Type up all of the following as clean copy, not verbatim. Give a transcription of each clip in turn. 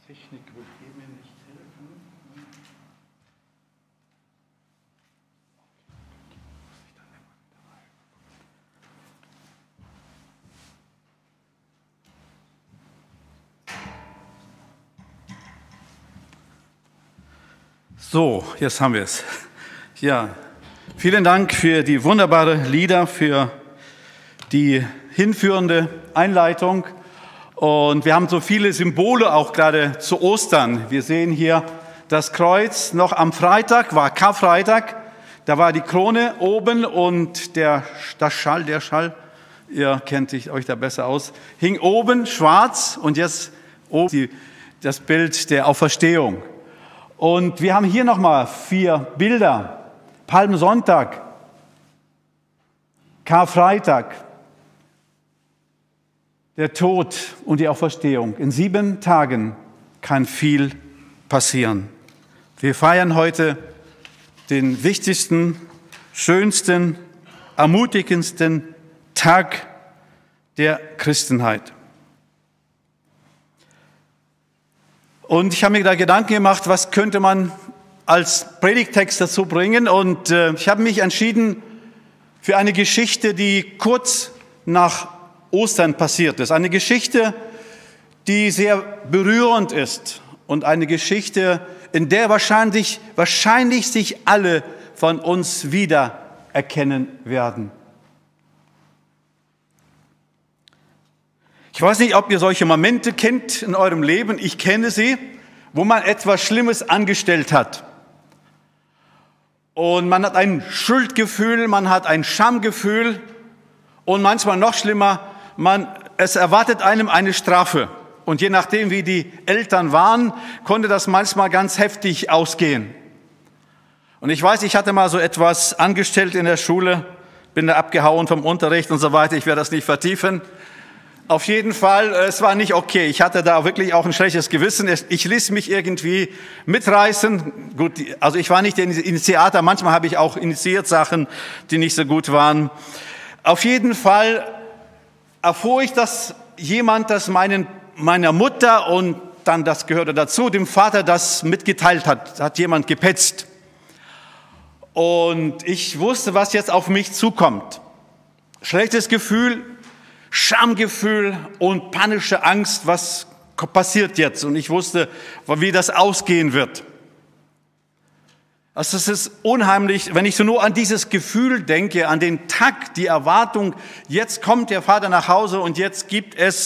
Technik wird hier mir nicht helfen. So, jetzt haben wir es. Ja, vielen Dank für die wunderbare Lieder, für die hinführende Einleitung. Und wir haben so viele Symbole auch gerade zu Ostern. Wir sehen hier das Kreuz noch am Freitag, war Karfreitag. Da war die Krone oben und der Schall, ihr kennt euch da besser aus, hing oben schwarz und jetzt oben das Bild der Auferstehung. Und wir haben hier nochmal 4 Bilder. Palmsonntag, Karfreitag, der Tod und die Auferstehung. In 7 Tagen kann viel passieren. Wir feiern heute den wichtigsten, schönsten, ermutigendsten Tag der Christenheit. Und ich habe mir da Gedanken gemacht, was könnte man als Predigttext dazu bringen. Und ich habe mich entschieden für eine Geschichte, die kurz nach Ostern passiert ist. Eine Geschichte, die sehr berührend ist und eine Geschichte, in der wahrscheinlich sich alle von uns wiedererkennen werden. Ich weiß nicht, ob ihr solche Momente kennt in eurem Leben. Ich kenne sie, wo man etwas Schlimmes angestellt hat. Und man hat ein Schuldgefühl, man hat ein Schamgefühl und manchmal noch schlimmer, es erwartet einem eine Strafe. Und je nachdem, wie die Eltern waren, konnte das manchmal ganz heftig ausgehen. Und ich weiß, ich hatte mal so etwas angestellt in der Schule, bin da abgehauen vom Unterricht und so weiter. Ich werde das nicht vertiefen. Auf jeden Fall, es war nicht okay. Ich hatte da wirklich auch ein schlechtes Gewissen. Ich ließ mich irgendwie mitreißen. Gut, also ich war nicht der Initiator. Manchmal habe ich auch initiiert Sachen, die nicht so gut waren. Auf jeden Fall erfuhr ich, dass jemand das meiner Mutter und dann das gehörte dazu, dem Vater das mitgeteilt hat. Hat jemand gepetzt. Und ich wusste, was jetzt auf mich zukommt. Schlechtes Gefühl, Schamgefühl und panische Angst, was passiert jetzt? Und ich wusste, wie das ausgehen wird. Also es ist unheimlich, wenn ich so nur an dieses Gefühl denke, an den Tag, die Erwartung, jetzt kommt der Vater nach Hause und jetzt gibt es ...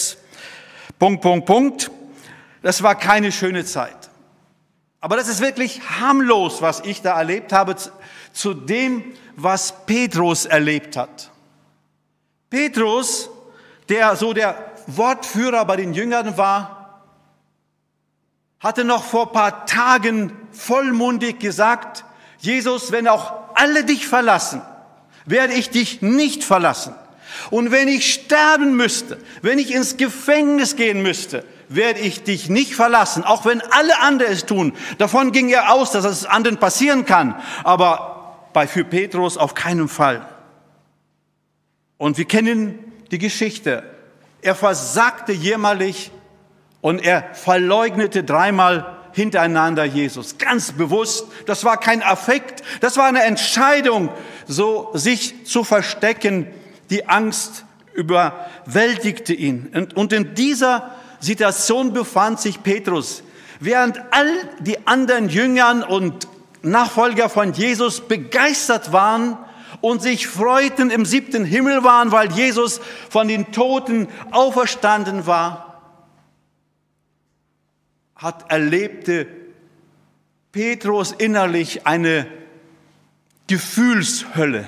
Das war keine schöne Zeit. Aber das ist wirklich harmlos, was ich da erlebt habe, zu dem, was Petrus erlebt hat. Petrus, der so der Wortführer bei den Jüngern war, hatte noch vor ein paar Tagen vollmundig gesagt, Jesus, wenn auch alle dich verlassen, werde ich dich nicht verlassen. Und wenn ich sterben müsste, wenn ich ins Gefängnis gehen müsste, werde ich dich nicht verlassen, auch wenn alle anderen es tun. Davon ging er aus, dass es anderen passieren kann, aber für Petrus auf keinen Fall. Und wir kennen die Geschichte. Er versagte jämmerlich und er verleugnete 3-mal hintereinander Jesus. Ganz bewusst. Das war kein Affekt. Das war eine Entscheidung, so sich zu verstecken. Die Angst überwältigte ihn. Und in dieser Situation befand sich Petrus. Während all die anderen Jüngern und Nachfolger von Jesus begeistert waren und sich freuten, im 7. Himmel waren, weil Jesus von den Toten auferstanden war, erlebte Petrus innerlich eine Gefühlshölle.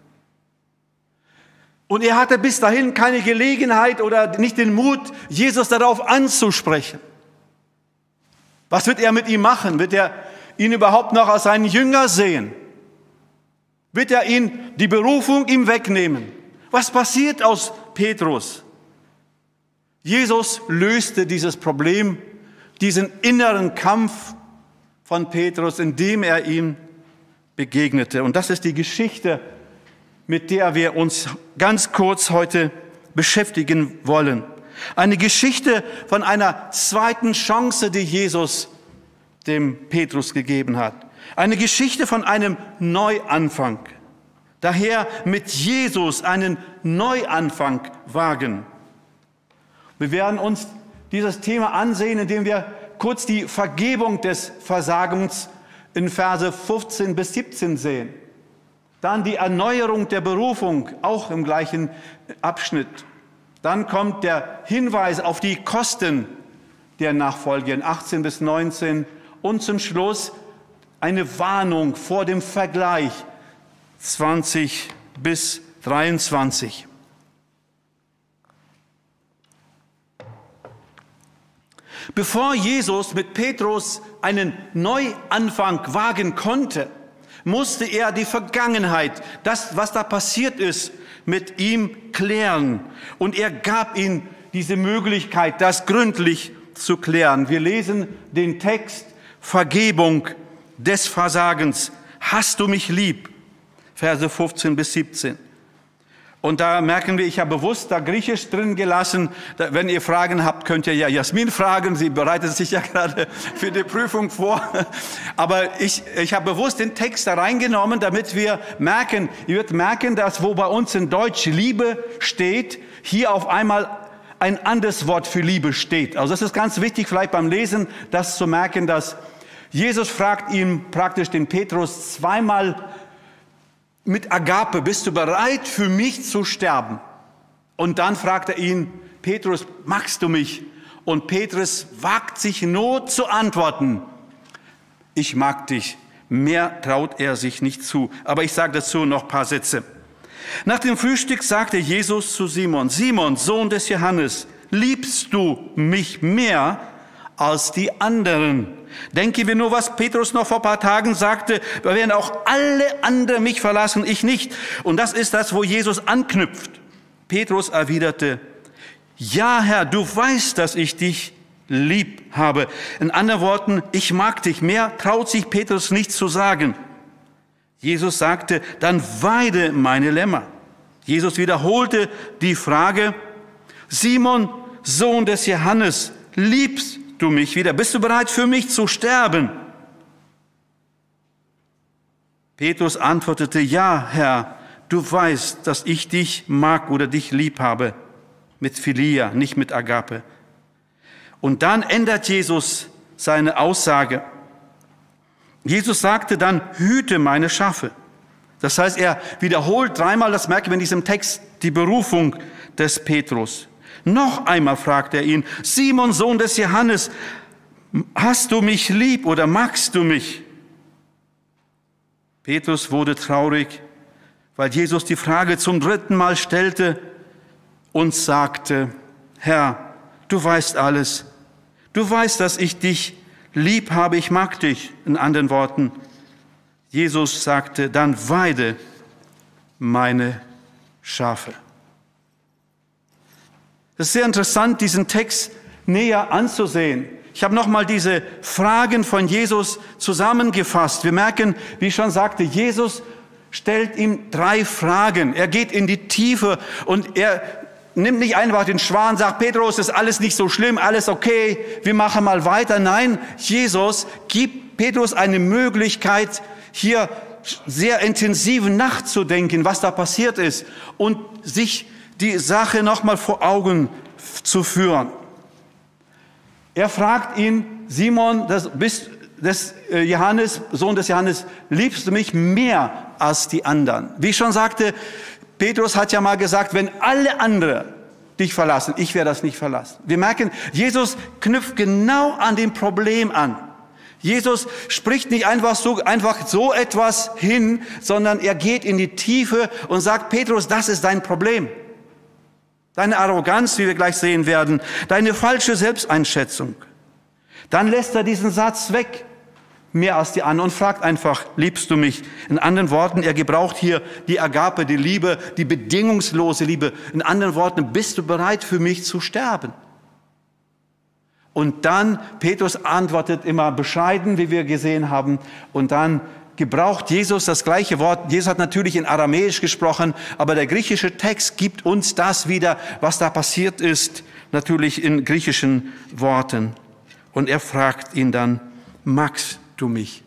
Und er hatte bis dahin keine Gelegenheit oder nicht den Mut, Jesus darauf anzusprechen. Was wird er mit ihm machen? Wird er ihn überhaupt noch als einen Jünger sehen? Wird er die Berufung ihm wegnehmen? Was passiert aus Petrus? Jesus löste dieses Problem, diesen inneren Kampf von Petrus, indem er ihm begegnete. Und das ist die Geschichte, mit der wir uns ganz kurz heute beschäftigen wollen. Eine Geschichte von einer zweiten Chance, die Jesus dem Petrus gegeben hat. Eine Geschichte von einem Neuanfang. Daher mit Jesus einen Neuanfang wagen. Wir werden uns dieses Thema ansehen, indem wir kurz die Vergebung des Versagens in Verse 15 bis 17 sehen. Dann die Erneuerung der Berufung, auch im gleichen Abschnitt. Dann kommt der Hinweis auf die Kosten der Nachfolge in 18 bis 19 und zum Schluss eine Warnung vor dem Vergleich 20 bis 23. Bevor Jesus mit Petrus einen Neuanfang wagen konnte, musste er die Vergangenheit, das, was da passiert ist, mit ihm klären. Und er gab ihm diese Möglichkeit, das gründlich zu klären. Wir lesen den Text Vergebung des Versagens. Hast du mich lieb? Verse 15 bis 17. Und da merken wir, ich habe bewusst da Griechisch drin gelassen. Wenn ihr Fragen habt, könnt ihr ja Jasmin fragen. Sie bereitet sich ja gerade für die Prüfung vor. Aber ich habe bewusst den Text da reingenommen, damit wir merken, ihr werdet merken, dass wo bei uns in Deutsch Liebe steht, hier auf einmal ein anderes Wort für Liebe steht. Also das ist ganz wichtig, vielleicht beim Lesen, das zu merken, dass Jesus fragt ihn praktisch den Petrus zweimal mit Agape, bist du bereit, für mich zu sterben? Und dann fragt er ihn, Petrus, magst du mich? Und Petrus wagt sich nur zu antworten, ich mag dich. Mehr traut er sich nicht zu. Aber ich sage dazu noch ein paar Sätze. Nach dem Frühstück sagte Jesus zu Simon, Simon, Sohn des Johannes, liebst du mich mehr als die anderen? Denken wir nur, was Petrus noch vor ein paar Tagen sagte, da werden auch alle anderen mich verlassen, ich nicht. Und das ist das, wo Jesus anknüpft. Petrus erwiderte, ja Herr, du weißt, dass ich dich lieb habe. In anderen Worten, ich mag dich. Mehr traut sich Petrus nicht zu sagen. Jesus sagte, dann weide meine Lämmer. Jesus wiederholte die Frage, Simon, Sohn des Johannes, liebst du mich wieder? Bist du bereit, für mich zu sterben? Petrus antwortete, ja, Herr, du weißt, dass ich dich mag oder dich lieb habe. Mit Philia, nicht mit Agape. Und dann ändert Jesus seine Aussage. Jesus sagte dann, hüte meine Schafe. Das heißt, er wiederholt dreimal, das merken wir in diesem Text, die Berufung des Petrus. Noch einmal fragt er ihn, Simon, Sohn des Johannes, hast du mich lieb oder magst du mich? Petrus wurde traurig, weil Jesus die Frage zum dritten Mal stellte und sagte, Herr, du weißt alles. Du weißt, dass ich dich lieb habe, ich mag dich. In anderen Worten, Jesus sagte, dann weide meine Schafe. Es ist sehr interessant, diesen Text näher anzusehen. Ich habe nochmal diese Fragen von Jesus zusammengefasst. Wir merken, wie ich schon sagte, Jesus stellt ihm 3 Fragen. Er geht in die Tiefe und er nimmt nicht einfach den Schwan, sagt, Petrus, ist alles nicht so schlimm, alles okay, wir machen mal weiter. Nein, Jesus gibt Petrus eine Möglichkeit, hier sehr intensiv nachzudenken, was da passiert ist und sich die Sache nochmal vor Augen zu führen. Er fragt ihn, Simon, Johannes, Sohn des Johannes, liebst du mich mehr als die anderen? Wie ich schon sagte, Petrus hat ja mal gesagt, wenn alle anderen dich verlassen, ich werde das nicht verlassen. Wir merken, Jesus knüpft genau an dem Problem an. Jesus spricht nicht einfach so etwas hin, sondern er geht in die Tiefe und sagt, Petrus, das ist dein Problem. Deine Arroganz, wie wir gleich sehen werden, deine falsche Selbsteinschätzung. Dann lässt er diesen Satz weg, mehr als die anderen, und fragt einfach, liebst du mich? In anderen Worten, er gebraucht hier die Agape, die Liebe, die bedingungslose Liebe. In anderen Worten, bist du bereit, für mich zu sterben? Und dann, Petrus antwortet immer bescheiden, wie wir gesehen haben, und dann gebraucht Jesus das gleiche Wort. Jesus hat natürlich in Aramäisch gesprochen, aber der griechische Text gibt uns das wieder, was da passiert ist natürlich in griechischen Worten. Und er fragt ihn dann, magst du mich?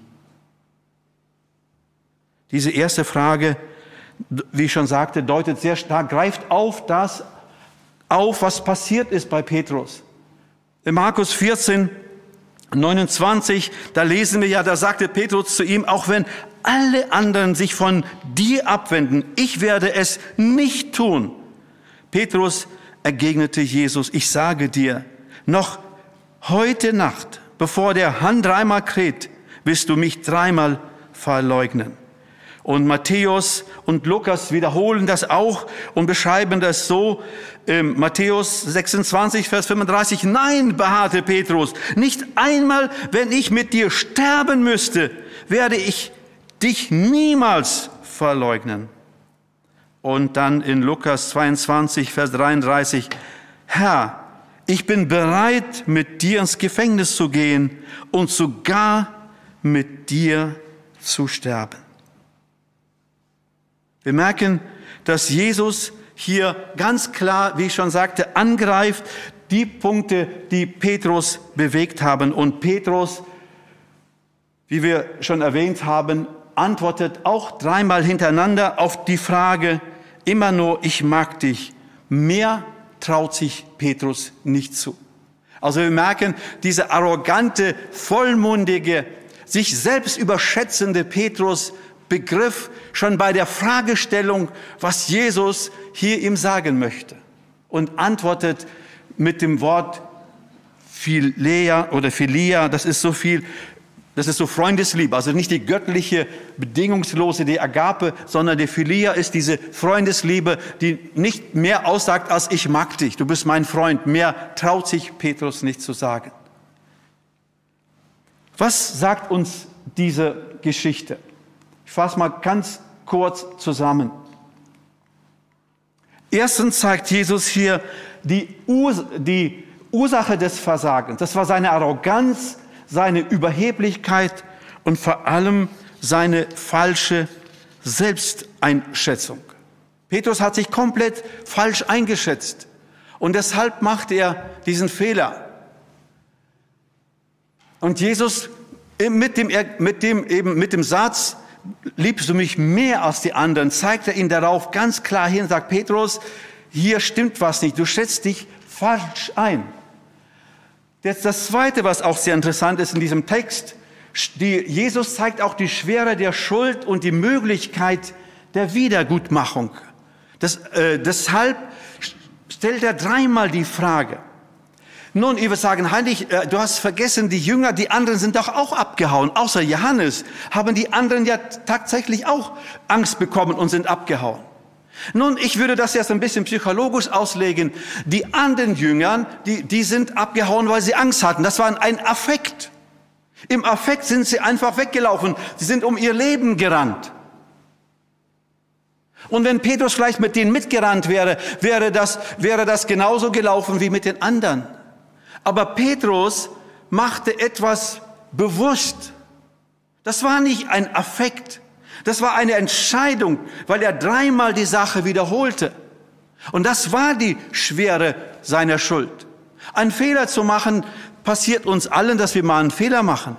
Diese erste Frage, wie ich schon sagte, deutet sehr stark, greift auf das auf, was passiert ist bei Petrus. In Markus 14, 29, da lesen wir ja, da sagte Petrus zu ihm, auch wenn alle anderen sich von dir abwenden, ich werde es nicht tun. Petrus entgegnete Jesus, ich sage dir, noch heute Nacht, bevor der Hahn dreimal kräht, wirst du mich dreimal verleugnen. Und Matthäus und Lukas wiederholen das auch und beschreiben das so. Matthäus 26, Vers 35. Nein, beharrte Petrus, nicht einmal, wenn ich mit dir sterben müsste, werde ich dich niemals verleugnen. Und dann in Lukas 22, Vers 33. Herr, ich bin bereit, mit dir ins Gefängnis zu gehen und sogar mit dir zu sterben. Wir merken, dass Jesus hier ganz klar, wie ich schon sagte, angreift die Punkte, die Petrus bewegt haben. Und Petrus, wie wir schon erwähnt haben, antwortet auch dreimal hintereinander auf die Frage, immer nur, ich mag dich. Mehr traut sich Petrus nicht zu. Also wir merken, dieser arrogante, vollmundige, sich selbst überschätzende Petrus begriff schon bei der Fragestellung, was Jesus hier ihm sagen möchte, und antwortet mit dem Wort Philia oder Philia, das ist so Freundesliebe, also nicht die göttliche, bedingungslose, die Agape, sondern die Philia ist diese Freundesliebe, die nicht mehr aussagt als ich mag dich, du bist mein Freund. Mehr traut sich Petrus nicht zu sagen. Was sagt uns diese Geschichte? Ich fasse mal ganz kurz zusammen. Erstens zeigt Jesus hier die Ursache des Versagens. Das war seine Arroganz, seine Überheblichkeit und vor allem seine falsche Selbsteinschätzung. Petrus hat sich komplett falsch eingeschätzt und deshalb macht er diesen Fehler. Und Jesus mit dem Satz, liebst du mich mehr als die anderen, zeigt er ihn darauf ganz klar hin und sagt, Petrus, hier stimmt was nicht, du schätzt dich falsch ein. Jetzt das Zweite, was auch sehr interessant ist in diesem Text, Jesus zeigt auch die Schwere der Schuld und die Möglichkeit der Wiedergutmachung. Deshalb stellt er dreimal die Frage. Nun, ihr würdet sagen, Heinrich, du hast vergessen, die Jünger, die anderen sind doch auch abgehauen. Außer Johannes haben die anderen ja tatsächlich auch Angst bekommen und sind abgehauen. Nun, ich würde das jetzt ein bisschen psychologisch auslegen. Die anderen Jünger, die sind abgehauen, weil sie Angst hatten. Das war ein Affekt. Im Affekt sind sie einfach weggelaufen. Sie sind um ihr Leben gerannt. Und wenn Petrus vielleicht mit denen mitgerannt wäre, wäre das genauso gelaufen wie mit den anderen. Aber Petrus machte etwas bewusst. Das war nicht ein Affekt. Das war eine Entscheidung, weil er dreimal die Sache wiederholte. Und das war die Schwere seiner Schuld. Einen Fehler zu machen, passiert uns allen, dass wir mal einen Fehler machen.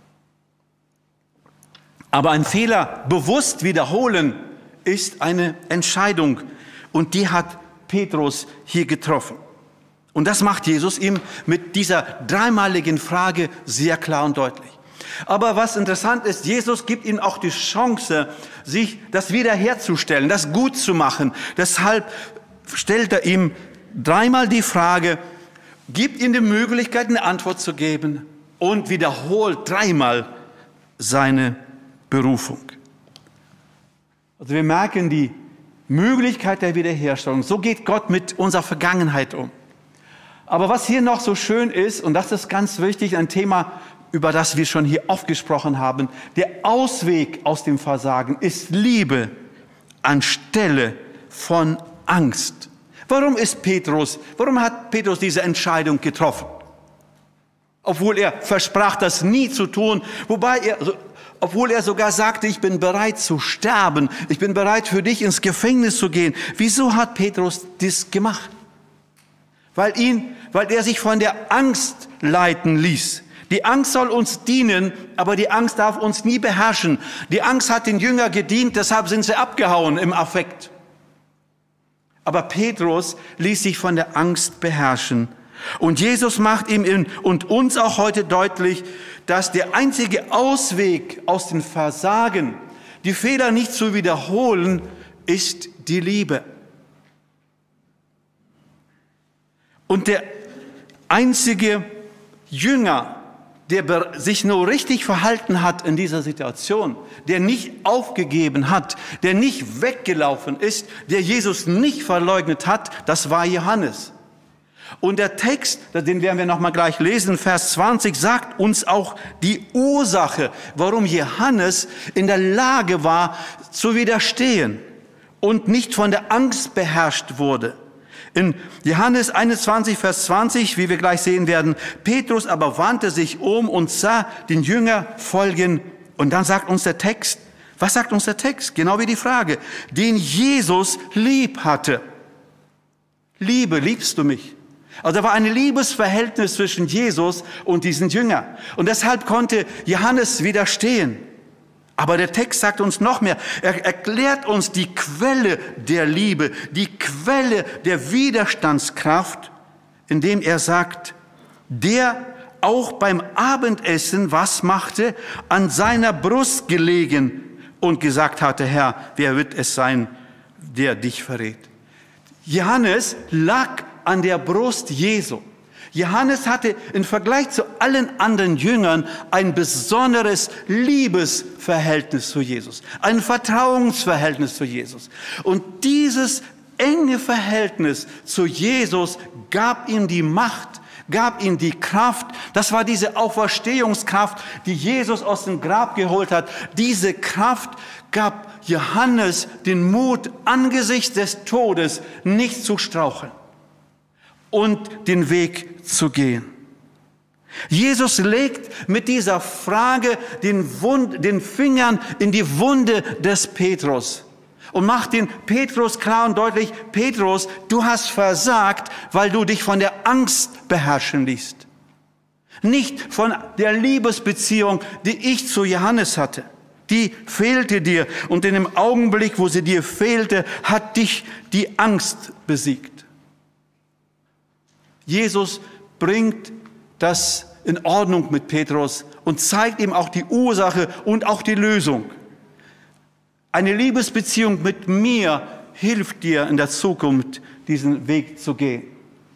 Aber einen Fehler bewusst wiederholen ist eine Entscheidung. Und die hat Petrus hier getroffen. Und das macht Jesus ihm mit dieser dreimaligen Frage sehr klar und deutlich. Aber was interessant ist, Jesus gibt ihm auch die Chance, sich das wiederherzustellen, das gut zu machen. Deshalb stellt er ihm dreimal die Frage, gibt ihm die Möglichkeit, eine Antwort zu geben und wiederholt dreimal seine Berufung. Also wir merken die Möglichkeit der Wiederherstellung. So geht Gott mit unserer Vergangenheit um. Aber was hier noch so schön ist, und das ist ganz wichtig, ein Thema, über das wir schon hier oft gesprochen haben, der Ausweg aus dem Versagen ist Liebe anstelle von Angst. Warum hat Petrus diese Entscheidung getroffen? Obwohl er versprach, das nie zu tun, obwohl er sogar sagte, ich bin bereit zu sterben, ich bin bereit für dich ins Gefängnis zu gehen. Wieso hat Petrus das gemacht? weil er sich von der Angst leiten ließ. Die Angst soll uns dienen, aber die Angst darf uns nie beherrschen. Die Angst hat den Jüngern gedient, deshalb sind sie abgehauen im Affekt. Aber Petrus ließ sich von der Angst beherrschen. Und Jesus macht ihm und uns auch heute deutlich, dass der einzige Ausweg aus dem Versagen, die Fehler nicht zu wiederholen, ist die Liebe. Und der einzige Jünger, der sich nur richtig verhalten hat in dieser Situation, der nicht aufgegeben hat, der nicht weggelaufen ist, der Jesus nicht verleugnet hat, das war Johannes. Und der Text, den werden wir noch mal gleich lesen, Vers 20, sagt uns auch die Ursache, warum Johannes in der Lage war, zu widerstehen und nicht von der Angst beherrscht wurde. In Johannes 21, Vers 20, wie wir gleich sehen werden, Petrus aber wandte sich um und sah den Jünger folgen. Und dann sagt uns der Text, was sagt uns der Text? Genau wie die Frage, den Jesus lieb hatte. Liebe, liebst du mich? Also da war ein Liebesverhältnis zwischen Jesus und diesen Jünger. Und deshalb konnte Johannes widerstehen. Aber der Text sagt uns noch mehr. Er erklärt uns die Quelle der Liebe, die Quelle der Widerstandskraft, indem er sagt, der auch beim Abendessen was machte, an seiner Brust gelegen und gesagt hatte, Herr, wer wird es sein, der dich verrät? Johannes lag an der Brust Jesu. Johannes hatte im Vergleich zu allen anderen Jüngern ein besonderes Liebesverhältnis zu Jesus, ein Vertrauensverhältnis zu Jesus. Und dieses enge Verhältnis zu Jesus gab ihm die Macht, gab ihm die Kraft. Das war diese Auferstehungskraft, die Jesus aus dem Grab geholt hat. Diese Kraft gab Johannes den Mut, angesichts des Todes nicht zu straucheln und den Weg zu gehen. Jesus legt mit dieser Frage den Fingern in die Wunde des Petrus und macht den Petrus klar und deutlich, Petrus, du hast versagt, weil du dich von der Angst beherrschen ließt. Nicht von der Liebesbeziehung, die ich zu Johannes hatte. Die fehlte dir und in dem Augenblick, wo sie dir fehlte, hat dich die Angst besiegt. Jesus bringt das in Ordnung mit Petrus und zeigt ihm auch die Ursache und auch die Lösung. Eine Liebesbeziehung mit mir hilft dir in der Zukunft, diesen Weg zu gehen.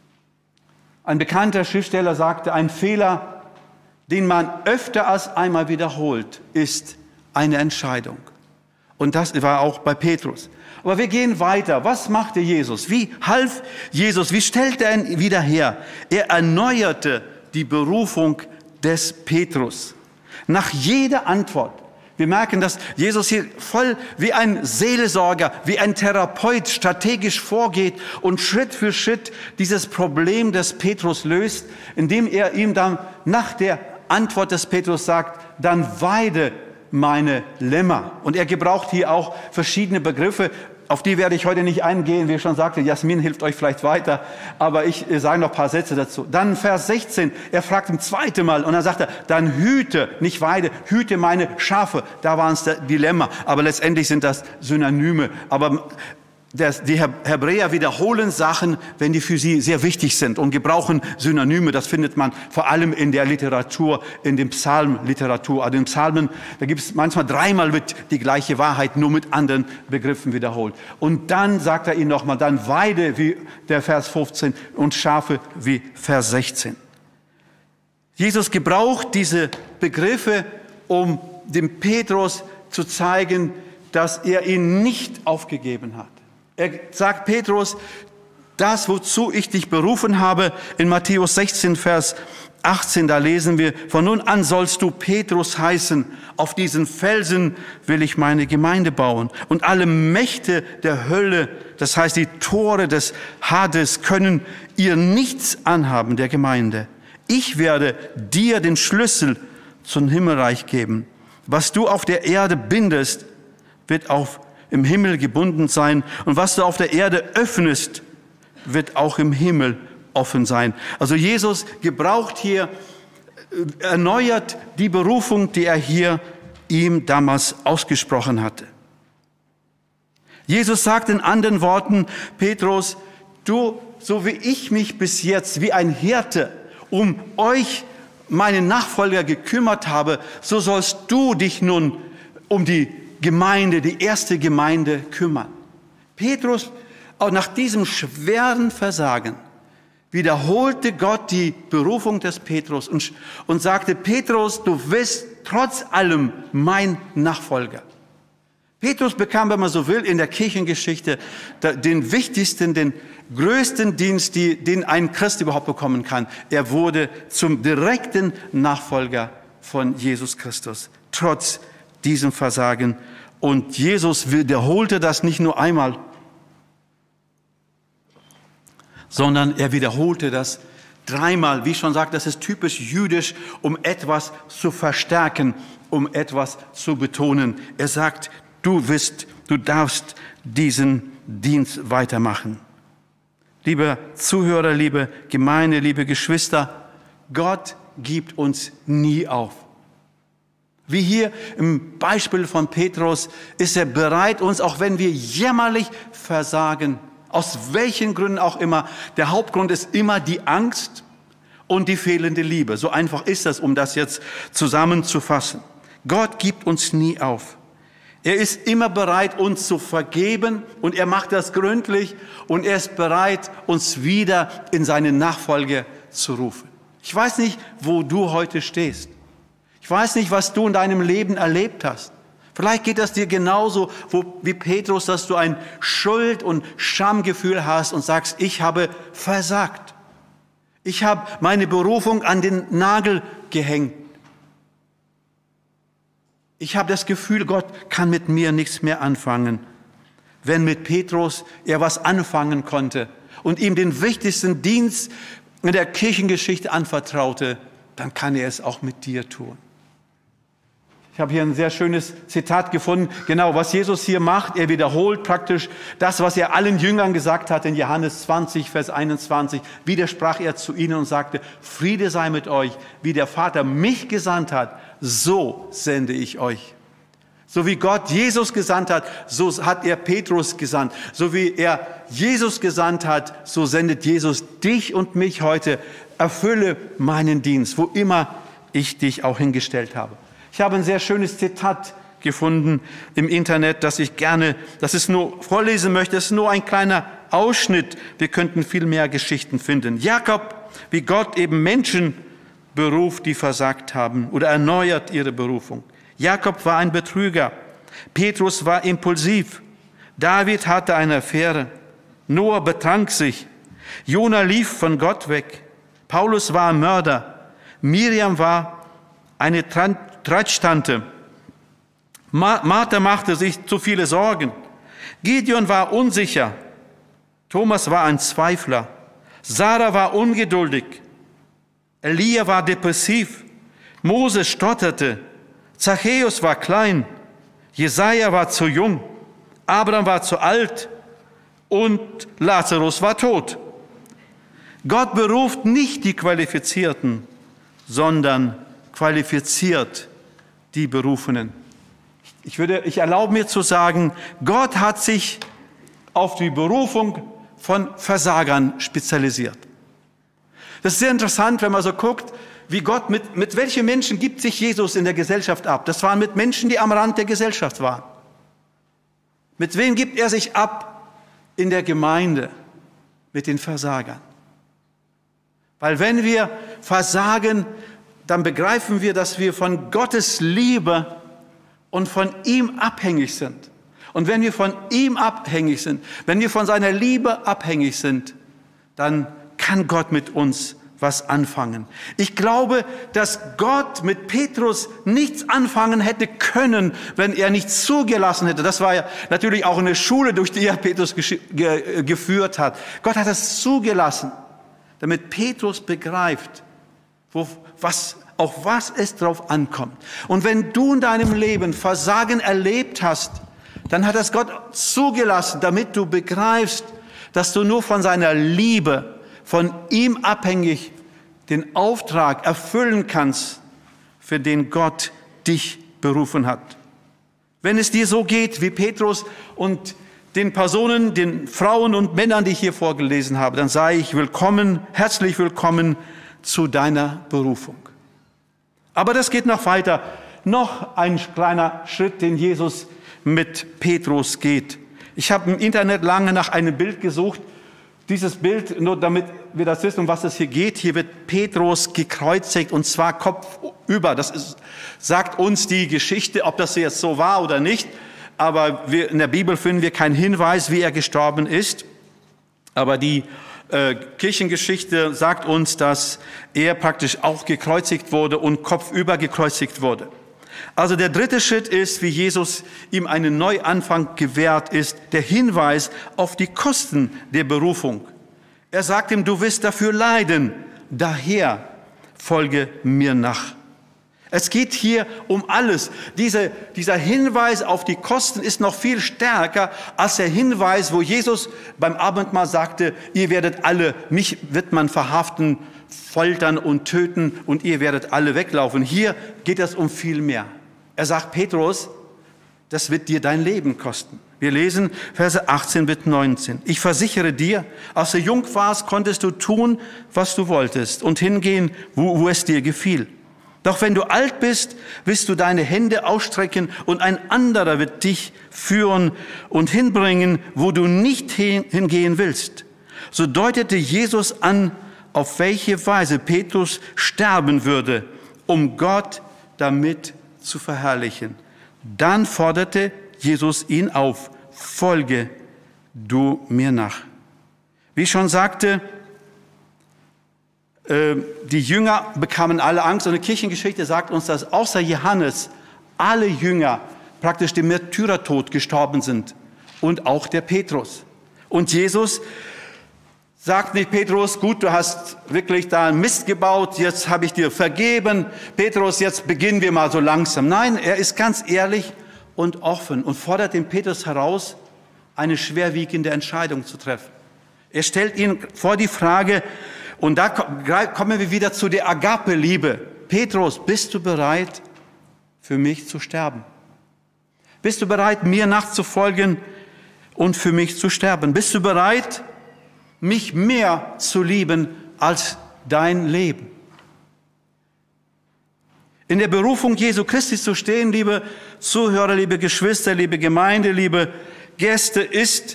Ein bekannter Schriftsteller sagte, ein Fehler, den man öfter als einmal wiederholt, ist eine Entscheidung. Und das war auch bei Petrus. Aber wir gehen weiter. Was machte Jesus? Wie half Jesus? Wie stellte er ihn wieder her? Er erneuerte die Berufung des Petrus. Nach jeder Antwort. Wir merken, dass Jesus hier voll wie ein Seelsorger, wie ein Therapeut strategisch vorgeht und Schritt für Schritt dieses Problem des Petrus löst, indem er ihm dann nach der Antwort des Petrus sagt, dann weide meine Lämmer. Und er gebraucht hier auch verschiedene Begriffe, auf die werde ich heute nicht eingehen. Wie ich schon sagte, Jasmin hilft euch vielleicht weiter, aber ich sage noch ein paar Sätze dazu. Dann Vers 16, er fragt im zweiten Mal und dann sagt er, dann hüte, nicht weide, hüte meine Schafe. Da waren es die Lämmer, aber letztendlich sind das Synonyme. Aber die Hebräer wiederholen Sachen, wenn die für sie sehr wichtig sind und gebrauchen Synonyme. Das findet man vor allem in der Literatur, in dem Psalmliteratur. Also in Psalmen, da gibt es manchmal dreimal wird die gleiche Wahrheit, nur mit anderen Begriffen wiederholt. Und dann sagt er ihnen nochmal, dann Weide wie der Vers 15 und Schafe wie Vers 16. Jesus gebraucht diese Begriffe, um dem Petrus zu zeigen, dass er ihn nicht aufgegeben hat. Er sagt Petrus, das, wozu ich dich berufen habe, in Matthäus 16, Vers 18, da lesen wir, von nun an sollst du Petrus heißen, auf diesen Felsen will ich meine Gemeinde bauen. Und alle Mächte der Hölle, das heißt die Tore des Hades, können ihr nichts anhaben, der Gemeinde. Ich werde dir den Schlüssel zum Himmelreich geben. Was du auf der Erde bindest, wird im Himmel gebunden sein. Und was du auf der Erde öffnest, wird auch im Himmel offen sein. Also Jesus gebraucht hier, erneuert die Berufung, die er hier ihm damals ausgesprochen hatte. Jesus sagt in anderen Worten, Petrus, du, so wie ich mich bis jetzt wie ein Hirte um euch, meine Nachfolger, gekümmert habe, so sollst du dich nun um die Gemeinde, die erste Gemeinde kümmern. Petrus, auch nach diesem schweren Versagen, wiederholte Gott die Berufung des Petrus und sagte, Petrus, du bist trotz allem mein Nachfolger. Petrus bekam, wenn man so will, in der Kirchengeschichte den wichtigsten, den größten Dienst, den ein Christ überhaupt bekommen kann. Er wurde zum direkten Nachfolger von Jesus Christus, trotz diesem Versagen. Und Jesus wiederholte das nicht nur einmal, sondern er wiederholte das dreimal. Wie ich schon sagte, das ist typisch jüdisch, um etwas zu verstärken, um etwas zu betonen. Er sagt, du darfst diesen Dienst weitermachen. Liebe Zuhörer, liebe Gemeinde, liebe Geschwister, Gott gibt uns nie auf. Wie hier im Beispiel von Petrus ist er bereit, uns, auch wenn wir jämmerlich versagen, aus welchen Gründen auch immer, der Hauptgrund ist immer die Angst und die fehlende Liebe. So einfach ist das, um das jetzt zusammenzufassen. Gott gibt uns nie auf. Er ist immer bereit, uns zu vergeben, und er macht das gründlich, und er ist bereit, uns wieder in seine Nachfolge zu rufen. Ich weiß nicht, wo du heute stehst. Ich weiß nicht, was du in deinem Leben erlebt hast. Vielleicht geht das dir genauso wie Petrus, dass du ein Schuld- und Schamgefühl hast und sagst, ich habe versagt. Ich habe meine Berufung an den Nagel gehängt. Ich habe das Gefühl, Gott kann mit mir nichts mehr anfangen. Wenn mit Petrus er was anfangen konnte und ihm den wichtigsten Dienst in der Kirchengeschichte anvertraute, dann kann er es auch mit dir tun. Ich habe hier ein sehr schönes Zitat gefunden, genau was Jesus hier macht. Er wiederholt praktisch das, was er allen Jüngern gesagt hat in Johannes 20, Vers 21. Wieder sprach er zu ihnen und sagte, Friede sei mit euch, wie der Vater mich gesandt hat, so sende ich euch. So wie Gott Jesus gesandt hat, so hat er Petrus gesandt. So wie er Jesus gesandt hat, so sendet Jesus dich und mich heute. Erfülle meinen Dienst, wo immer ich dich auch hingestellt habe. Ich habe ein sehr schönes Zitat gefunden im Internet, das ich nur vorlesen möchte. Es ist nur ein kleiner Ausschnitt. Wir könnten viel mehr Geschichten finden. Jakob, wie Gott eben Menschen beruft, die versagt haben, oder erneuert ihre Berufung. Jakob war ein Betrüger. Petrus war impulsiv. David hatte eine Affäre. Noah betrank sich. Jona lief von Gott weg. Paulus war ein Mörder. Miriam war eine Tratschtante. Martha machte sich zu viele Sorgen. Gideon war unsicher. Thomas war ein Zweifler. Sarah war ungeduldig. Elia war depressiv. Mose stotterte. Zachäus war klein. Jesaja war zu jung. Abraham war zu alt. Und Lazarus war tot. Gott beruft nicht die Qualifizierten, sondern qualifiziert die Berufenen. Ich erlaube mir zu sagen, Gott hat sich auf die Berufung von Versagern spezialisiert. Das ist sehr interessant, wenn man so guckt, wie Gott, mit welchen Menschen gibt sich Jesus in der Gesellschaft ab? Das waren mit Menschen, die am Rand der Gesellschaft waren. Mit wem gibt er sich ab in der Gemeinde? Mit den Versagern. Weil wenn wir versagen, dann begreifen wir, dass wir von Gottes Liebe und von ihm abhängig sind. Und wenn wir von ihm abhängig sind, wenn wir von seiner Liebe abhängig sind, dann kann Gott mit uns was anfangen. Ich glaube, dass Gott mit Petrus nichts anfangen hätte können, wenn er nicht zugelassen hätte. Das war ja natürlich auch eine Schule, durch die er Petrus geführt hat. Gott hat es zugelassen, damit Petrus begreift, was es drauf ankommt. Und wenn du in deinem Leben Versagen erlebt hast, dann hat es Gott zugelassen, damit du begreifst, dass du nur von seiner Liebe, von ihm abhängig den Auftrag erfüllen kannst, für den Gott dich berufen hat. Wenn es dir so geht wie Petrus und den Personen, den Frauen und Männern, die ich hier vorgelesen habe, dann sage ich willkommen, herzlich willkommen zu deiner Berufung. Aber das geht noch weiter. Noch ein kleiner Schritt, den Jesus mit Petrus geht. Ich habe im Internet lange nach einem Bild gesucht. Dieses Bild, nur damit wir das wissen, um was es hier geht. Hier wird Petrus gekreuzigt und zwar kopfüber. Sagt uns die Geschichte, ob das jetzt so war oder nicht. Aber in der Bibel finden wir keinen Hinweis, wie er gestorben ist. Aber die Kirchengeschichte sagt uns, dass er praktisch auch gekreuzigt wurde und kopfüber gekreuzigt wurde. Also der dritte Schritt ist, wie Jesus ihm einen Neuanfang gewährt ist, der Hinweis auf die Kosten der Berufung. Er sagt ihm, du wirst dafür leiden, daher folge mir nach. Es geht hier um alles. Dieser Hinweis auf die Kosten ist noch viel stärker als der Hinweis, wo Jesus beim Abendmahl sagte, ihr werdet alle, mich wird man verhaften, foltern und töten und ihr werdet alle weglaufen. Hier geht es um viel mehr. Er sagt, Petrus, das wird dir dein Leben kosten. Wir lesen Verse 18 bis 19. Ich versichere dir, als du jung warst, konntest du tun, was du wolltest und hingehen, wo es dir gefiel. Doch wenn du alt bist, wirst du deine Hände ausstrecken und ein anderer wird dich führen und hinbringen, wo du nicht hingehen willst. So deutete Jesus an, auf welche Weise Petrus sterben würde, um Gott damit zu verherrlichen. Dann forderte Jesus ihn auf, folge du mir nach. Wie ich schon sagte, die Jünger bekamen alle Angst. Und die Kirchengeschichte sagt uns, dass außer Johannes alle Jünger praktisch dem Märtyrertod gestorben sind. Und auch der Petrus. Und Jesus sagt nicht, Petrus, gut, du hast wirklich da Mist gebaut, jetzt habe ich dir vergeben. Petrus, jetzt beginnen wir mal so langsam. Nein, er ist ganz ehrlich und offen und fordert den Petrus heraus, eine schwerwiegende Entscheidung zu treffen. Er stellt ihn vor die Frage, und da kommen wir wieder zu der Agape-Liebe. Petrus, bist du bereit, für mich zu sterben? Bist du bereit, mir nachzufolgen und für mich zu sterben? Bist du bereit, mich mehr zu lieben als dein Leben? In der Berufung Jesu Christi zu stehen, liebe Zuhörer, liebe Geschwister, liebe Gemeinde, liebe Gäste, ist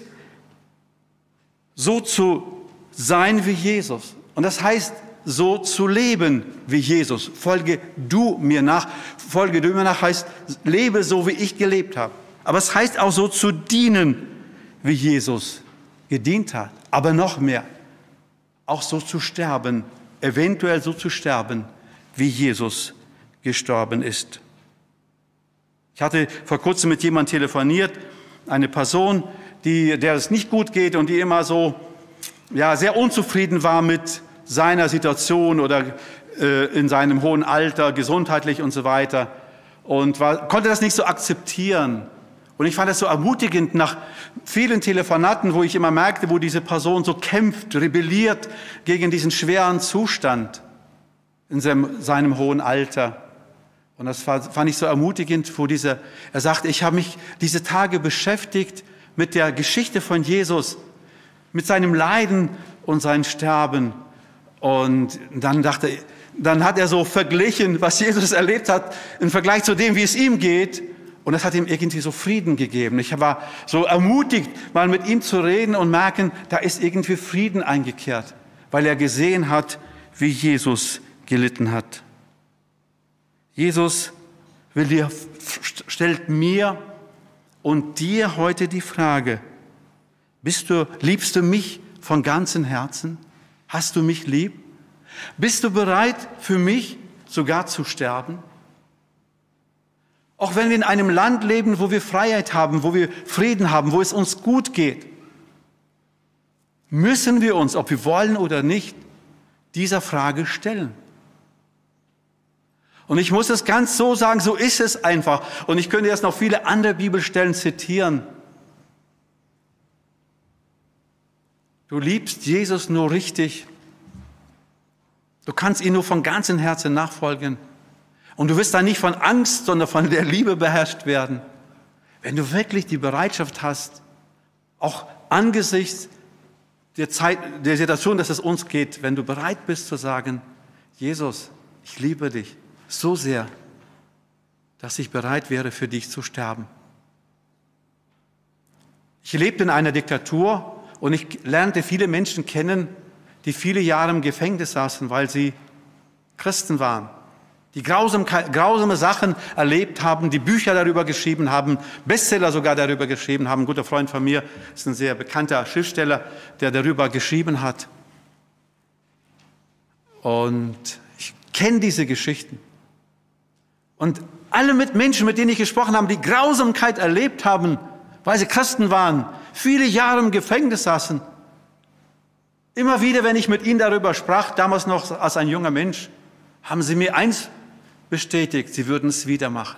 so zu sein wie Jesus. Und das heißt, so zu leben wie Jesus. Folge du mir nach. Folge du mir nach heißt, lebe so, wie ich gelebt habe. Aber es heißt auch so zu dienen, wie Jesus gedient hat. Aber noch mehr, auch so zu sterben, eventuell so zu sterben, wie Jesus gestorben ist. Ich hatte vor kurzem mit jemandem telefoniert, eine Person, der es nicht gut geht und die immer so sehr unzufrieden war mit seiner Situation oder in seinem hohen Alter, gesundheitlich und so weiter. Und konnte das nicht so akzeptieren. Und ich fand das so ermutigend nach vielen Telefonaten, wo ich immer merkte, wo diese Person so kämpft, rebelliert gegen diesen schweren Zustand in seinem hohen Alter. Und das fand ich so ermutigend, er sagte, ich habe mich diese Tage beschäftigt mit der Geschichte von Jesus, mit seinem Leiden und seinem Sterben. Und dann hat er so verglichen, was Jesus erlebt hat, im Vergleich zu dem, wie es ihm geht. Und das hat ihm irgendwie so Frieden gegeben. Ich war so ermutigt, mal mit ihm zu reden und merken, da ist irgendwie Frieden eingekehrt, weil er gesehen hat, wie Jesus gelitten hat. Jesus stellt mir und dir heute die Frage, liebst du mich von ganzem Herzen? Hast du mich lieb? Bist du bereit, für mich sogar zu sterben? Auch wenn wir in einem Land leben, wo wir Freiheit haben, wo wir Frieden haben, wo es uns gut geht, müssen wir uns, ob wir wollen oder nicht, dieser Frage stellen. Und ich muss es ganz so sagen, so ist es einfach. Und ich könnte jetzt noch viele andere Bibelstellen zitieren. Du liebst Jesus nur richtig, Du kannst ihm nur von ganzem Herzen nachfolgen. Und du wirst dann nicht von Angst, sondern von der Liebe beherrscht werden. Wenn du wirklich die Bereitschaft hast, auch angesichts der Situation, dass es uns geht, wenn du bereit bist zu sagen, Jesus, ich liebe dich so sehr, dass ich bereit wäre, für dich zu sterben. Ich lebte in einer Diktatur und ich lernte viele Menschen kennen, die viele Jahre im Gefängnis saßen, weil sie Christen waren, die grausame Sachen erlebt haben, die Bücher darüber geschrieben haben, Bestseller sogar darüber geschrieben haben. Ein guter Freund von mir ist ein sehr bekannter Schriftsteller, der darüber geschrieben hat. Und ich kenne diese Geschichten. Und alle Menschen, mit denen ich gesprochen habe, die Grausamkeit erlebt haben, weil sie Christen waren, viele Jahre im Gefängnis saßen. Immer wieder, wenn ich mit ihnen darüber sprach, damals noch als ein junger Mensch, haben sie mir eins bestätigt, sie würden es wieder machen.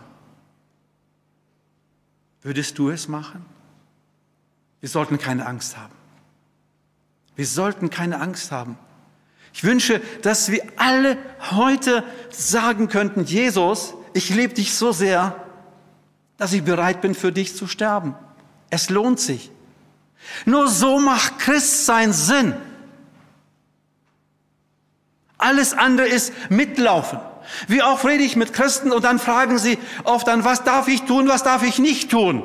Würdest du es machen? Wir sollten keine Angst haben. Wir sollten keine Angst haben. Ich wünsche, dass wir alle heute sagen könnten, Jesus, ich liebe dich so sehr, dass ich bereit bin, für dich zu sterben. Es lohnt sich. Nur so macht Christsein Sinn. Alles andere ist mitlaufen. Wie oft rede ich mit Christen und dann fragen sie oft dann, was darf ich tun, was darf ich nicht tun?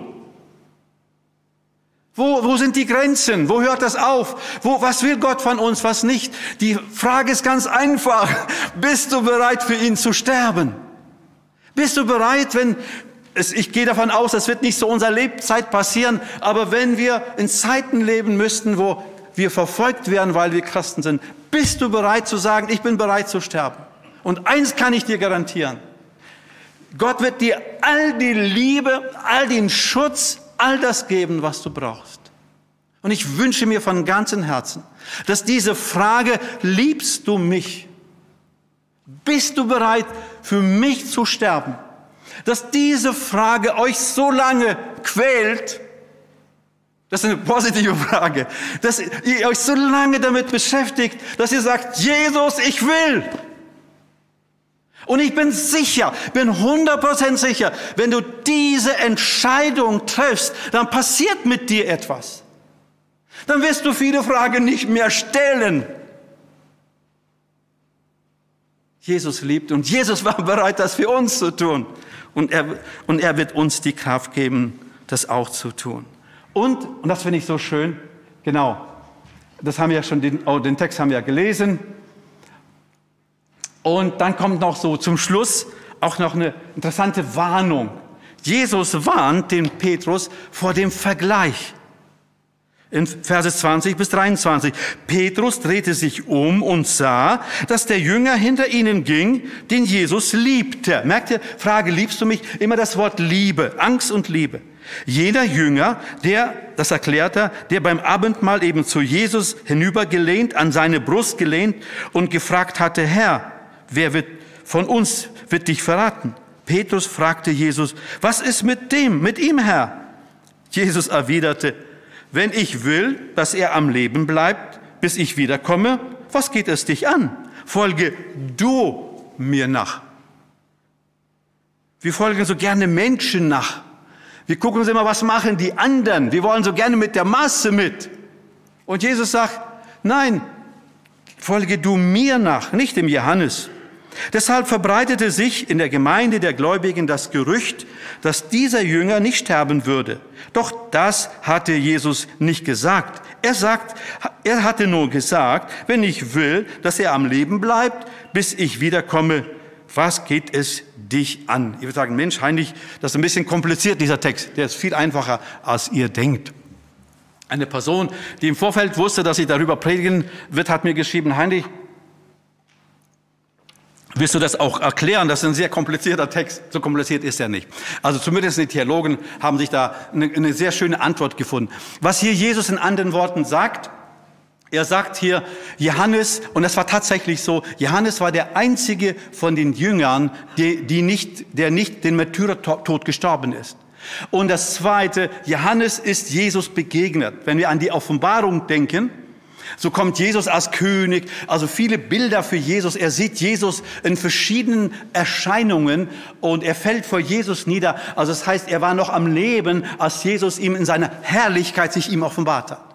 Wo sind die Grenzen? Wo hört das auf? Was will Gott von uns, was nicht? Die Frage ist ganz einfach. Bist du bereit, für ihn zu sterben? Bist du bereit, ich gehe davon aus, das wird nicht so unserer Lebzeit passieren, aber wenn wir in Zeiten leben müssten, wo wir verfolgt werden, weil wir Christen sind, bist du bereit zu sagen, ich bin bereit zu sterben? Und eins kann ich dir garantieren. Gott wird dir all die Liebe, all den Schutz, all das geben, was du brauchst. Und ich wünsche mir von ganzem Herzen, dass diese Frage, liebst du mich? Bist du bereit, für mich zu sterben? Dass diese Frage euch so lange quält, das ist eine positive Frage, dass ihr euch so lange damit beschäftigt, dass ihr sagt, Jesus, ich will. Und ich bin sicher, bin 100% sicher, wenn du diese Entscheidung triffst, dann passiert mit dir etwas. Dann wirst du viele Fragen nicht mehr stellen. Jesus liebt und Jesus war bereit, das für uns zu tun. Und er wird uns die Kraft geben, das auch zu tun. Und das finde ich so schön, genau, das haben wir ja schon, den Text haben wir ja gelesen. Und dann kommt noch so zum Schluss auch noch eine interessante Warnung. Jesus warnt den Petrus vor dem Vergleich. In Verse 20 bis 23. Petrus drehte sich um und sah, dass der Jünger hinter ihnen ging, den Jesus liebte. Merkt ihr, Frage, liebst du mich? Immer das Wort Liebe, Angst und Liebe. Jener Jünger, das erklärt er, der beim Abendmahl eben zu Jesus hinübergelehnt, an seine Brust gelehnt und gefragt hatte, Herr, wer von uns wird dich verraten? Petrus fragte Jesus, was ist mit ihm, Herr? Jesus erwiderte, wenn ich will, dass er am Leben bleibt, bis ich wiederkomme, was geht es dich an? Folge du mir nach. Wir folgen so gerne Menschen nach. Wir gucken uns immer, was machen die anderen. Wir wollen so gerne mit der Masse mit. Und Jesus sagt, nein, folge du mir nach, nicht dem Johannes. Deshalb verbreitete sich in der Gemeinde der Gläubigen das Gerücht, dass dieser Jünger nicht sterben würde. Doch das hatte Jesus nicht gesagt. Er hatte nur gesagt, wenn ich will, dass er am Leben bleibt, bis ich wiederkomme, was geht es dich an? Ich würde sagen, Mensch, Heinrich, das ist ein bisschen kompliziert, dieser Text. Der ist viel einfacher, als ihr denkt. Eine Person, die im Vorfeld wusste, dass sie darüber predigen wird, hat mir geschrieben, Heinrich, wirst du das auch erklären? Das ist ein sehr komplizierter Text. So kompliziert ist er nicht. Also zumindest die Theologen haben sich da eine sehr schöne Antwort gefunden. Was hier Jesus in anderen Worten sagt, er sagt hier, Johannes, und das war tatsächlich so, Johannes war der einzige von den Jüngern, der nicht den Märtyrertod gestorben ist. Und das Zweite, Johannes ist Jesus begegnet. Wenn wir an die Offenbarung denken, So kommt Jesus als König, also viele Bilder für Jesus. Er sieht Jesus in verschiedenen Erscheinungen und er fällt vor Jesus nieder. Also das heißt, er war noch am Leben, als Jesus ihm in seiner Herrlichkeit sich ihm offenbart hat.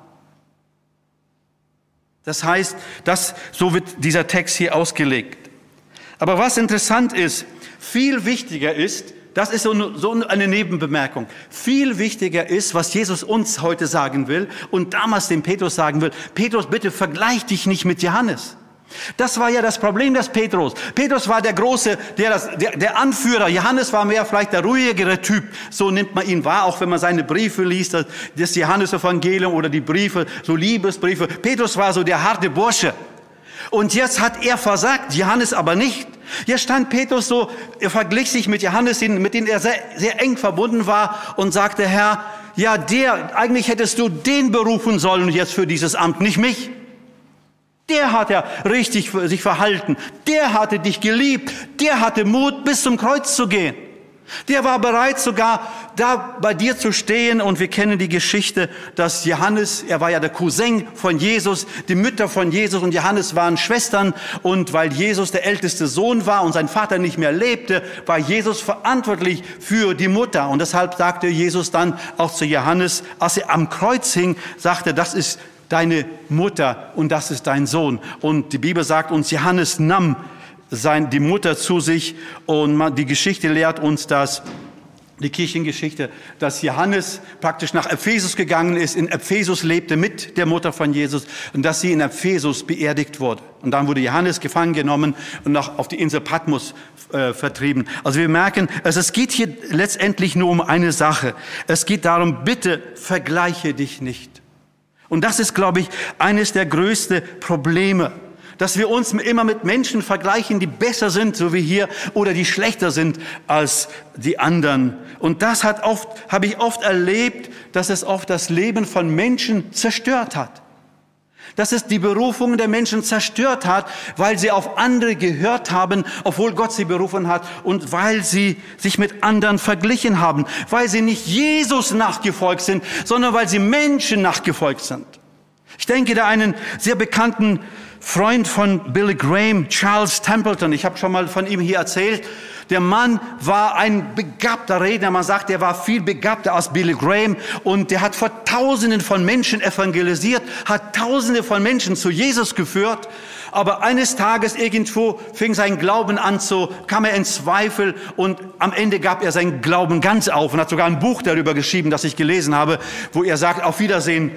Das heißt, so wird dieser Text hier ausgelegt. Aber was interessant ist, viel wichtiger ist, das ist so eine Nebenbemerkung. Viel wichtiger ist, was Jesus uns heute sagen will und damals dem Petrus sagen will. Petrus, bitte vergleich dich nicht mit Johannes. Das war ja das Problem des Petrus. Petrus war der Große, der Anführer. Johannes war mehr vielleicht der ruhigere Typ. So nimmt man ihn wahr, auch wenn man seine Briefe liest, das Johannesevangelium oder die Briefe, so Liebesbriefe. Petrus war so der harte Bursche. Und jetzt hat er versagt, Johannes aber nicht. Hier stand Petrus so, er verglich sich mit Johannes, mit dem er sehr, sehr eng verbunden war und sagte, Herr, ja eigentlich hättest du den berufen sollen jetzt für dieses Amt, nicht mich. Der hat ja richtig sich verhalten, der hatte dich geliebt, der hatte Mut, bis zum Kreuz zu gehen. Der war bereit, sogar da bei dir zu stehen. Und wir kennen die Geschichte, dass Johannes, er war ja der Cousin von Jesus, die Mütter von Jesus und Johannes waren Schwestern. Und weil Jesus der älteste Sohn war und sein Vater nicht mehr lebte, war Jesus verantwortlich für die Mutter. Und deshalb sagte Jesus dann auch zu Johannes, als er am Kreuz hing, sagte, das ist deine Mutter und das ist dein Sohn. Und die Bibel sagt uns, Johannes nahm die Mutter zu sich und die Geschichte lehrt uns die Kirchengeschichte, dass Johannes praktisch nach Ephesus gegangen ist, in Ephesus lebte mit der Mutter von Jesus und dass sie in Ephesus beerdigt wurde. Und dann wurde Johannes gefangen genommen und auf die Insel Patmos vertrieben. Also wir merken, es geht hier letztendlich nur um eine Sache. Es geht darum, bitte vergleiche dich nicht. Und das ist, glaube ich, eines der größten Probleme. Dass wir uns immer mit Menschen vergleichen, die besser sind, so wie hier, oder die schlechter sind als die anderen. Und das habe ich oft erlebt, dass es oft das Leben von Menschen zerstört hat. Dass es die Berufung der Menschen zerstört hat, weil sie auf andere gehört haben, obwohl Gott sie berufen hat, und weil sie sich mit anderen verglichen haben, weil sie nicht Jesus nachgefolgt sind, sondern weil sie Menschen nachgefolgt sind. Ich denke da einen sehr bekannten Freund von Billy Graham, Charles Templeton. Ich habe schon mal von ihm hier erzählt. Der Mann war ein begabter Redner. Man sagt, er war viel begabter als Billy Graham. Und der hat vor Tausenden von Menschen evangelisiert, hat Tausende von Menschen zu Jesus geführt. Aber eines Tages irgendwo fing sein Glauben an kam er in Zweifel. Und am Ende gab er seinen Glauben ganz auf und hat sogar ein Buch darüber geschrieben, das ich gelesen habe, wo er sagt, auf Wiedersehen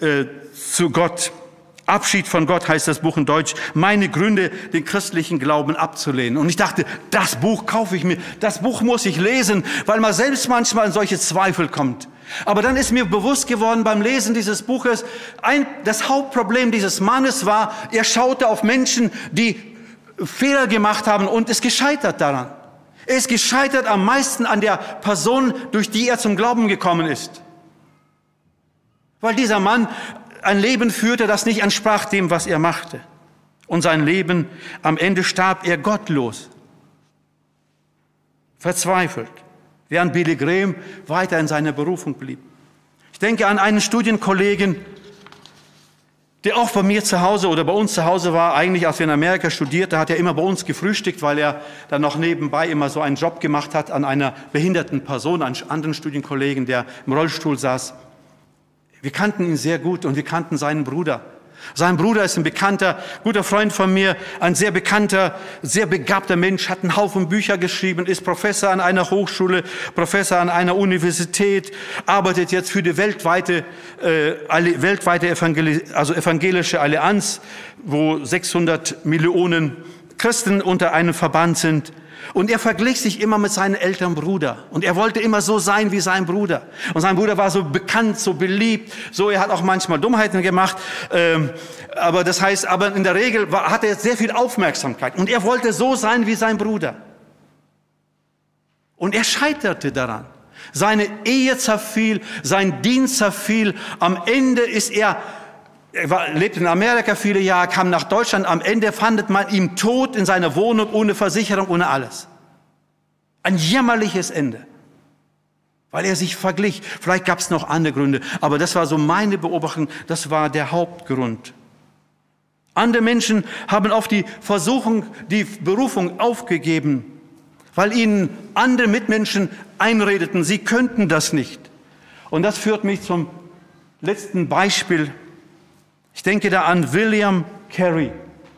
zu Gott. Abschied von Gott heißt das Buch in Deutsch. Meine Gründe, den christlichen Glauben abzulehnen. Und ich dachte, das Buch kaufe ich mir. Das Buch muss ich lesen, weil man selbst manchmal in solche Zweifel kommt. Aber dann ist mir bewusst geworden beim Lesen dieses Buches, das Hauptproblem dieses Mannes war, er schaute auf Menschen, die Fehler gemacht haben und ist gescheitert daran. Er ist gescheitert am meisten an der Person, durch die er zum Glauben gekommen ist. Weil dieser Mann ein Leben führte, das nicht entsprach dem, was er machte. Und sein Leben, am Ende starb er gottlos, verzweifelt, während Billy Graham weiter in seiner Berufung blieb. Ich denke an einen Studienkollegen, der auch bei mir zu Hause oder bei uns zu Hause war. Eigentlich, als wir in Amerika studierten, hat er immer bei uns gefrühstückt, weil er dann noch nebenbei immer so einen Job gemacht hat an einer behinderten Person, einen anderen Studienkollegen, der im Rollstuhl saß. Wir kannten ihn sehr gut und wir kannten seinen Bruder. Sein Bruder ist ein bekannter, guter Freund von mir, ein sehr bekannter, sehr begabter Mensch, hat einen Haufen Bücher geschrieben, ist Professor an einer Hochschule, Professor an einer Universität, arbeitet jetzt für die weltweite evangelische Allianz, wo 600 Millionen Christen unter einem Verband sind. Und er verglich sich immer mit seinem älteren Bruder. Und er wollte immer so sein wie sein Bruder. Und sein Bruder war so bekannt, so beliebt. Er hat auch manchmal Dummheiten gemacht. Aber in der Regel hat er sehr viel Aufmerksamkeit. Und er wollte so sein wie sein Bruder. Und er scheiterte daran. Seine Ehe zerfiel, sein Dienst zerfiel. Am Ende lebte in Amerika viele Jahre, kam nach Deutschland. Am Ende fandet man ihn tot in seiner Wohnung, ohne Versicherung, ohne alles. Ein jämmerliches Ende, weil er sich verglich. Vielleicht gab es noch andere Gründe, aber das war so meine Beobachtung, das war der Hauptgrund. Andere Menschen haben oft die Berufung aufgegeben, weil ihnen andere Mitmenschen einredeten, sie könnten das nicht. Und das führt mich zum letzten Beispiel. Ich denke da an William Carey.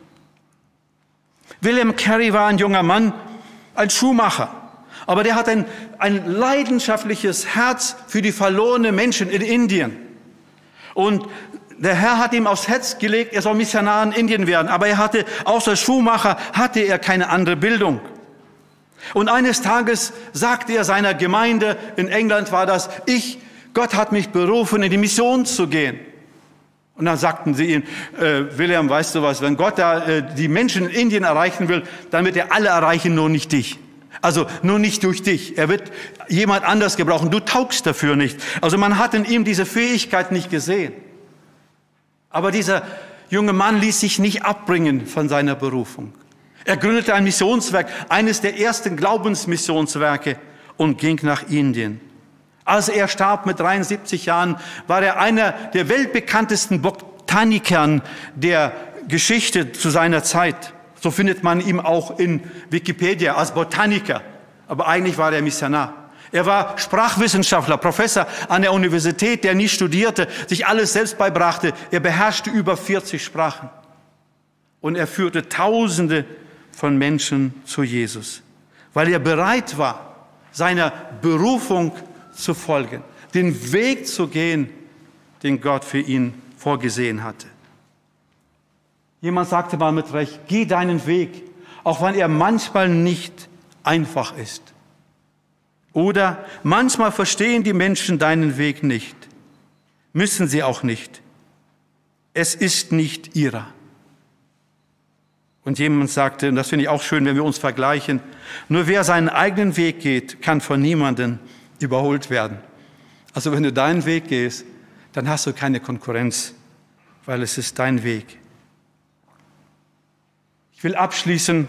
William Carey war ein junger Mann, ein Schuhmacher. Aber der hat ein leidenschaftliches Herz für die verlorenen Menschen in Indien. Und der Herr hat ihm aufs Herz gelegt, er soll Missionar in Indien werden. Aber er hatte, außer Schuhmacher, hatte er keine andere Bildung. Und eines Tages sagte er seiner Gemeinde, in England war das, Gott hat mich berufen, in die Mission zu gehen. Und dann sagten sie ihm, William, weißt du was, wenn Gott da die Menschen in Indien erreichen will, dann wird er alle erreichen, nur nicht dich. Also nur nicht durch dich. Er wird jemand anders gebrauchen. Du taugst dafür nicht. Also man hat in ihm diese Fähigkeit nicht gesehen. Aber dieser junge Mann ließ sich nicht abbringen von seiner Berufung. Er gründete ein Missionswerk, eines der ersten Glaubensmissionswerke, und ging nach Indien. Als er starb mit 73 Jahren, war er einer der weltbekanntesten Botanikern der Geschichte zu seiner Zeit. So findet man ihn auch in Wikipedia als Botaniker. Aber eigentlich war er Missionar. Er war Sprachwissenschaftler, Professor an der Universität, der nie studierte, sich alles selbst beibrachte. Er beherrschte über 40 Sprachen. Und er führte Tausende von Menschen zu Jesus, weil er bereit war, seiner Berufung zu folgen, den Weg zu gehen, den Gott für ihn vorgesehen hatte. Jemand sagte mal mit Recht, geh deinen Weg, auch wenn er manchmal nicht einfach ist. Oder manchmal verstehen die Menschen deinen Weg nicht, müssen sie auch nicht. Es ist nicht ihrer. Und jemand sagte, und das finde ich auch schön, wenn wir uns vergleichen, nur wer seinen eigenen Weg geht, kann von niemandem überholt werden. Also wenn du deinen Weg gehst, dann hast du keine Konkurrenz, weil es ist dein Weg. Ich will abschließen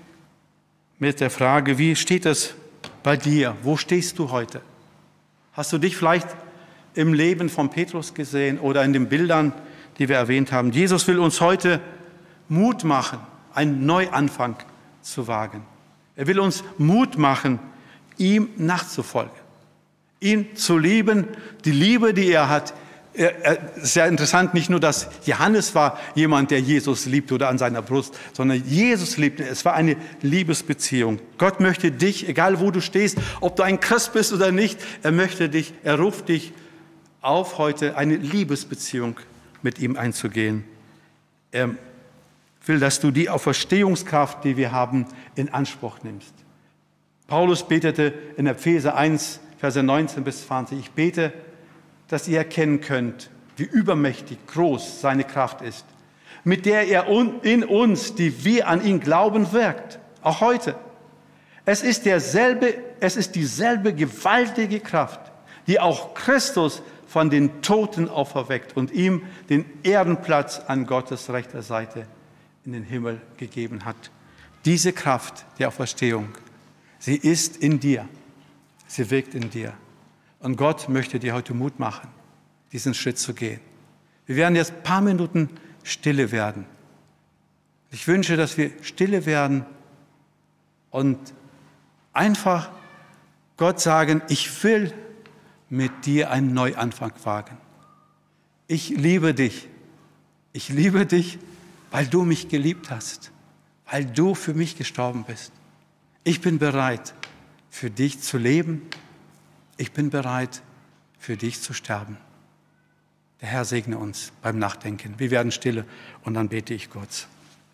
mit der Frage, wie steht es bei dir? Wo stehst du heute? Hast du dich vielleicht im Leben von Petrus gesehen oder in den Bildern, die wir erwähnt haben? Jesus will uns heute Mut machen, einen Neuanfang zu wagen. Er will uns Mut machen, ihm nachzufolgen, ihn zu lieben, die Liebe, die er hat. Sehr interessant, nicht nur, dass Johannes war jemand, der Jesus liebte oder an seiner Brust, sondern Jesus liebte. Es war eine Liebesbeziehung. Gott möchte dich, egal wo du stehst, ob du ein Christ bist oder nicht, er ruft dich auf, heute eine Liebesbeziehung mit ihm einzugehen. Er will, dass du die Auferstehungskraft, die wir haben, in Anspruch nimmst. Paulus betete in Epheser 1, Verse 19 bis 20, ich bete, dass ihr erkennen könnt, wie übermächtig groß seine Kraft ist, mit der er in uns, die wir an ihn glauben, wirkt, auch heute. Es ist dieselbe gewaltige Kraft, die auch Christus von den Toten auferweckt und ihm den Ehrenplatz an Gottes rechter Seite in den Himmel gegeben hat. Diese Kraft der Auferstehung, sie ist in dir, sie wirkt in dir. Und Gott möchte dir heute Mut machen, diesen Schritt zu gehen. Wir werden jetzt ein paar Minuten stille werden. Ich wünsche, dass wir stille werden und einfach Gott sagen, ich will mit dir einen Neuanfang wagen. Ich liebe dich. Ich liebe dich, weil du mich geliebt hast, weil du für mich gestorben bist. Ich bin bereit, für dich zu leben. Ich bin bereit, für dich zu sterben. Der Herr segne uns beim Nachdenken. Wir werden stille und dann bete ich kurz.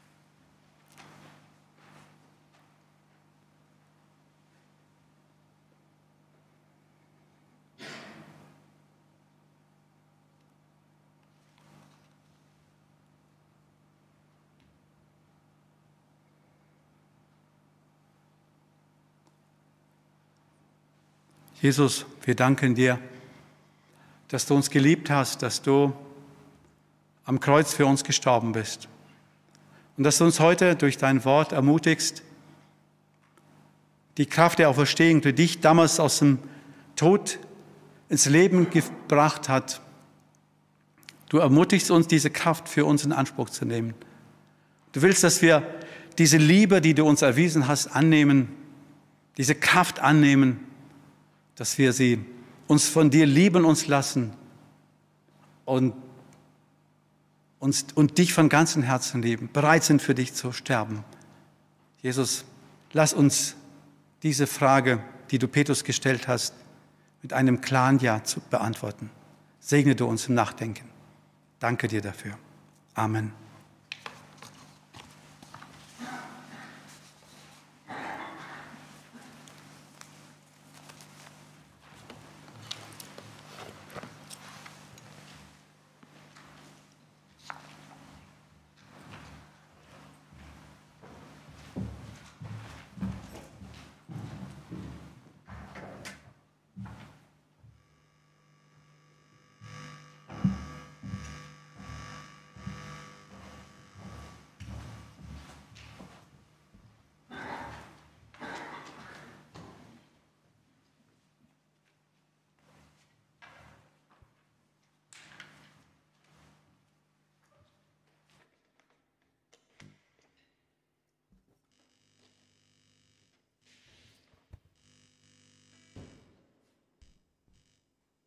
Jesus, wir danken dir, dass du uns geliebt hast, dass du am Kreuz für uns gestorben bist und dass du uns heute durch dein Wort ermutigst, die Kraft der Auferstehung, die dich damals aus dem Tod ins Leben gebracht hat. Du ermutigst uns, diese Kraft für uns in Anspruch zu nehmen. Du willst, dass wir diese Liebe, die du uns erwiesen hast, annehmen, diese Kraft annehmen, dass wir sie uns von dir lieben uns lassen und dich von ganzem Herzen lieben, bereit sind für dich zu sterben. Jesus, lass uns diese Frage, die du Petrus gestellt hast, mit einem klaren Ja zu beantworten. Segne du uns im Nachdenken. Danke dir dafür. Amen.